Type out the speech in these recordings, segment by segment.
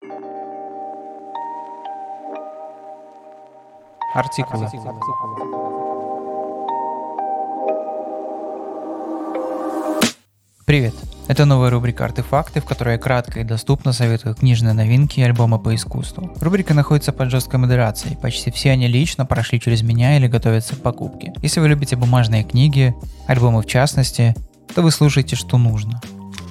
Артикулы. Привет! Это новая рубрика «Артефакты», в которой я кратко и доступно советую книжные новинки и альбомы по искусству. Рубрика находится под жесткой модерацией, почти все они лично прошли через меня или готовятся к покупке. Если вы любите бумажные книги, альбомы в частности, то вы слушаете, что нужно.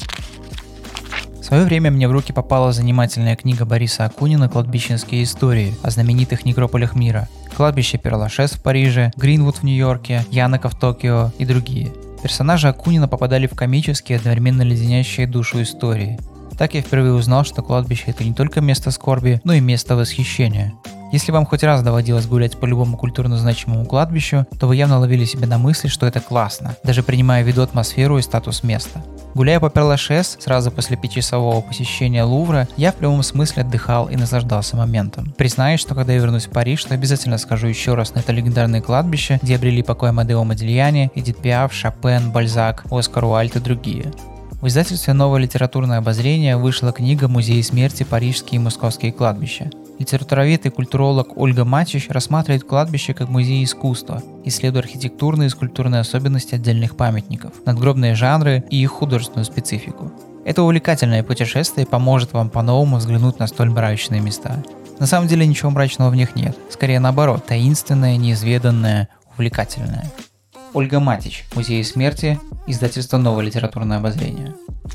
В свое время мне в руки попала занимательная книга Бориса Акунина «Кладбищенские истории» о знаменитых некрополях мира. Кладбище Пер-Лашез в Париже, Гринвуд в Нью-Йорке, Янако в Токио и другие. Персонажи Акунина попадали в комические, одновременно леденящие душу истории. Так я впервые узнал, что кладбище – это не только место скорби, но и место восхищения. Если вам хоть раз доводилось гулять по любому культурно значимому кладбищу, то вы явно ловили себя на мысли, что это классно, даже принимая в виду атмосферу и статус места. Гуляя по Пер-Лашез, сразу после 5-часового посещения Лувра, я в прямом смысле отдыхал и наслаждался моментом. Признаюсь, что когда я вернусь в Париж, то обязательно схожу еще раз на это легендарное кладбище, где обрели покой Амадео Модильяни, Эдит Пиаф, Шопен, Бальзак, Оскар Уальд и другие. В издательстве «Новое литературное обозрение» вышла книга «Музеи смерти. Парижские и московские кладбища». Литературовед и культуролог Ольга Матич рассматривает кладбище как музей искусства, исследуя архитектурные и скульптурные особенности отдельных памятников, надгробные жанры и их художественную специфику. Это увлекательное путешествие поможет вам по-новому взглянуть на столь мрачные места. На самом деле ничего мрачного в них нет, скорее наоборот, таинственное, неизведанное, увлекательное. Ольга Матич, «Музеи смерти», издательство «Новое литературное обозрение».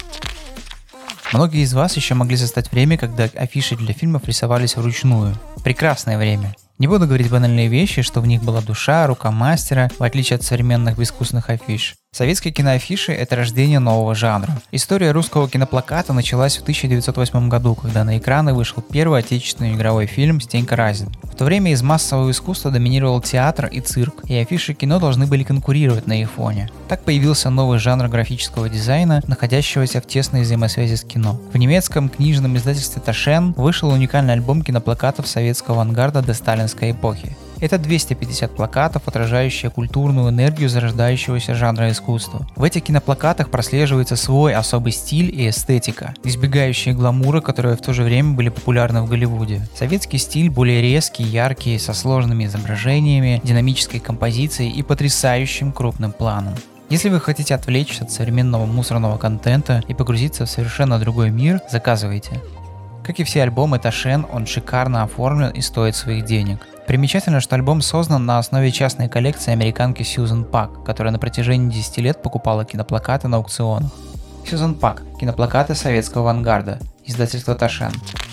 Многие из вас еще могли застать время, когда афиши для фильмов рисовались вручную. Прекрасное время. Не буду говорить банальные вещи, что в них была душа, рука мастера, в отличие от современных безвкусных афиш. Советские киноафиши – это рождение нового жанра. История русского киноплаката началась в 1908 году, когда на экраны вышел первый отечественный игровой фильм «Стенька Разин». В то время из массового искусства доминировал театр и цирк, и афиши кино должны были конкурировать на их фоне. Так появился новый жанр графического дизайна, находящегося в тесной взаимосвязи с кино. В немецком книжном издательстве Ташен вышел уникальный альбом киноплакатов советского авангарда до сталинской эпохи. Это 250 плакатов, отражающие культурную энергию зарождающегося жанра искусства. В этих киноплакатах прослеживается свой особый стиль и эстетика, избегающие гламура, которые в то же время были популярны в Голливуде. Советский стиль более резкий, яркий, со сложными изображениями, динамической композицией и потрясающим крупным планом. Если вы хотите отвлечься от современного мусорного контента и погрузиться в совершенно другой мир, заказывайте. Как и все альбомы Ташен, он шикарно оформлен и стоит своих денег. Примечательно, что альбом создан на основе частной коллекции американки Сьюзен Пак, которая на протяжении 10 лет покупала киноплакаты на аукционах. Сьюзен Пак. Киноплакаты советского авангарда. Издательство Ташен.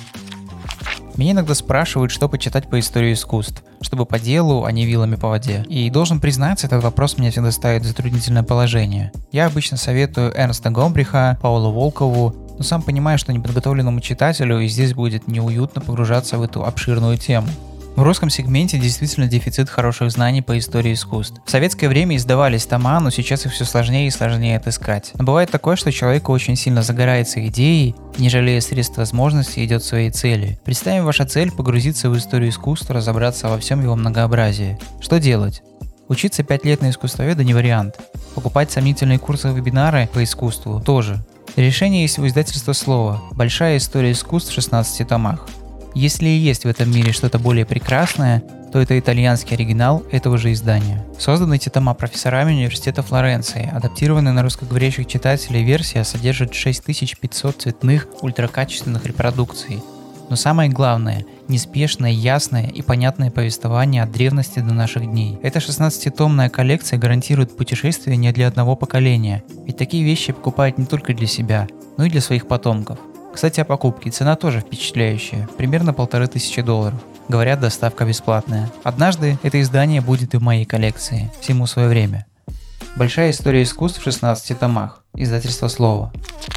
Меня иногда спрашивают, что почитать по истории искусств, чтобы по делу, а не вилами по воде. И должен признаться, этот вопрос меня всегда ставит в затруднительное положение. Я обычно советую Эрнста Гомбриха, Паулу Волкову, но сам понимаю, что неподготовленному читателю и здесь будет неуютно погружаться в эту обширную тему. В русском сегменте действительно дефицит хороших знаний по истории искусств. В советское время издавались тома, но сейчас их все сложнее и сложнее отыскать. Но бывает такое, что человек очень сильно загорается идеей, не жалея средств и возможностей, идет к своей цели. Представим, ваша цель – погрузиться в историю искусства, разобраться во всем его многообразии. Что делать? Учиться 5 лет на искусствоведа не вариант. Покупать сомнительные курсы и вебинары по искусству тоже. Решение есть у издательства «Слово». Большая история искусств в 16 томах. Если и есть в этом мире что-то более прекрасное, то это итальянский оригинал этого же издания. Созданы эти тома профессорами университета Флоренции, адаптированная на русскоговорящих читателей версия содержит 6500 цветных ультракачественных репродукций. Но самое главное – неспешное, ясное и понятное повествование от древности до наших дней. Эта 16-томная коллекция гарантирует путешествие не для одного поколения, ведь такие вещи покупают не только для себя, но и для своих потомков. Кстати, о покупке. Цена тоже впечатляющая, примерно $1500. Говорят, доставка бесплатная. Однажды это издание будет и в моей коллекции. Всему свое время. Большая история искусств в 16 томах. Издательство «Слово».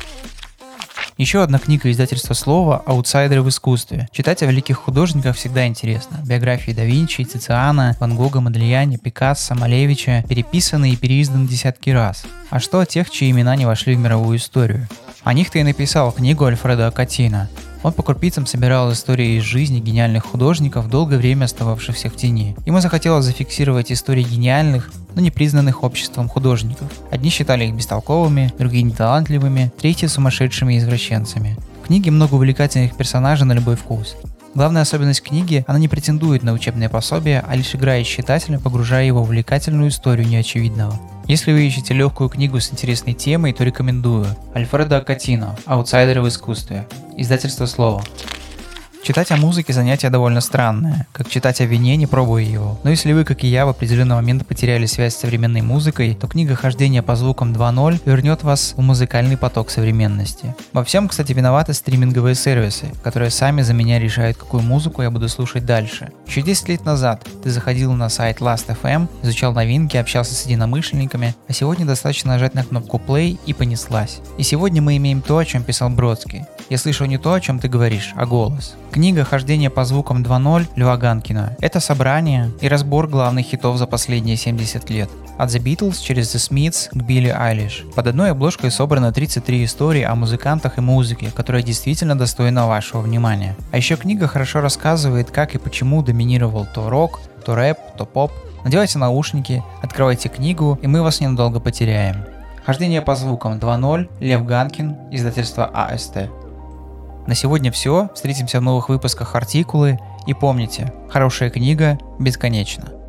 Еще одна книга издательства «Слово» «Аутсайдеры в искусстве». Читать о великих художниках всегда интересно. Биографии да Винчи, Тициана, Ван Гога, Модильяни, Пикассо, Малевича переписаны и переизданы десятки раз. А что о тех, чьи имена не вошли в мировую историю? О них-то и написал книгу Альфредо Акатина. Он по крупицам собирал истории из жизни гениальных художников, долгое время остававшихся в тени. Ему захотелось зафиксировать истории гениальных, но не признанных обществом художников. Одни считали их бестолковыми, другие неталантливыми, третьи сумасшедшими извращенцами. В книге много увлекательных персонажей на любой вкус. Главная особенность книги – она не претендует на учебное пособие, а лишь играет с читателем, погружая его в увлекательную историю неочевидного. Если вы ищете легкую книгу с интересной темой, то рекомендую. Альфредо Акатино «Аутсайдеры в искусстве». Издательство «Слово». Читать о музыке занятие довольно странное, как читать о вине, не пробуя его. Но если вы, как и я, в определенный момент потеряли связь с современной музыкой, то книга «Хождение по звукам 2.0» вернет вас в музыкальный поток современности. Во всем, кстати, виноваты стриминговые сервисы, которые сами за меня решают, какую музыку я буду слушать дальше. Еще 10 лет назад ты заходил на сайт Last.fm, изучал новинки, общался с единомышленниками, а сегодня достаточно нажать на кнопку play и понеслась. И сегодня мы имеем то, о чем писал Бродский. Я слышу не то, о чем ты говоришь, а голос. Книга «Хождение по звукам 2.0» Льва Ганкина – это собрание и разбор главных хитов за последние 70 лет. От The Beatles через The Smiths к Билли Айлиш. Под одной обложкой собрано 33 истории о музыкантах и музыке, которая действительно достойна вашего внимания. А еще книга хорошо рассказывает, как и почему доминировал то рок, то рэп, то поп. Надевайте наушники, открывайте книгу, и мы вас ненадолго потеряем. «Хождение по звукам 2.0» Лев Ганкин, издательство АСТ. На сегодня все. Встретимся в новых выпусках «Артикулы». И помните, хорошая книга бесконечна.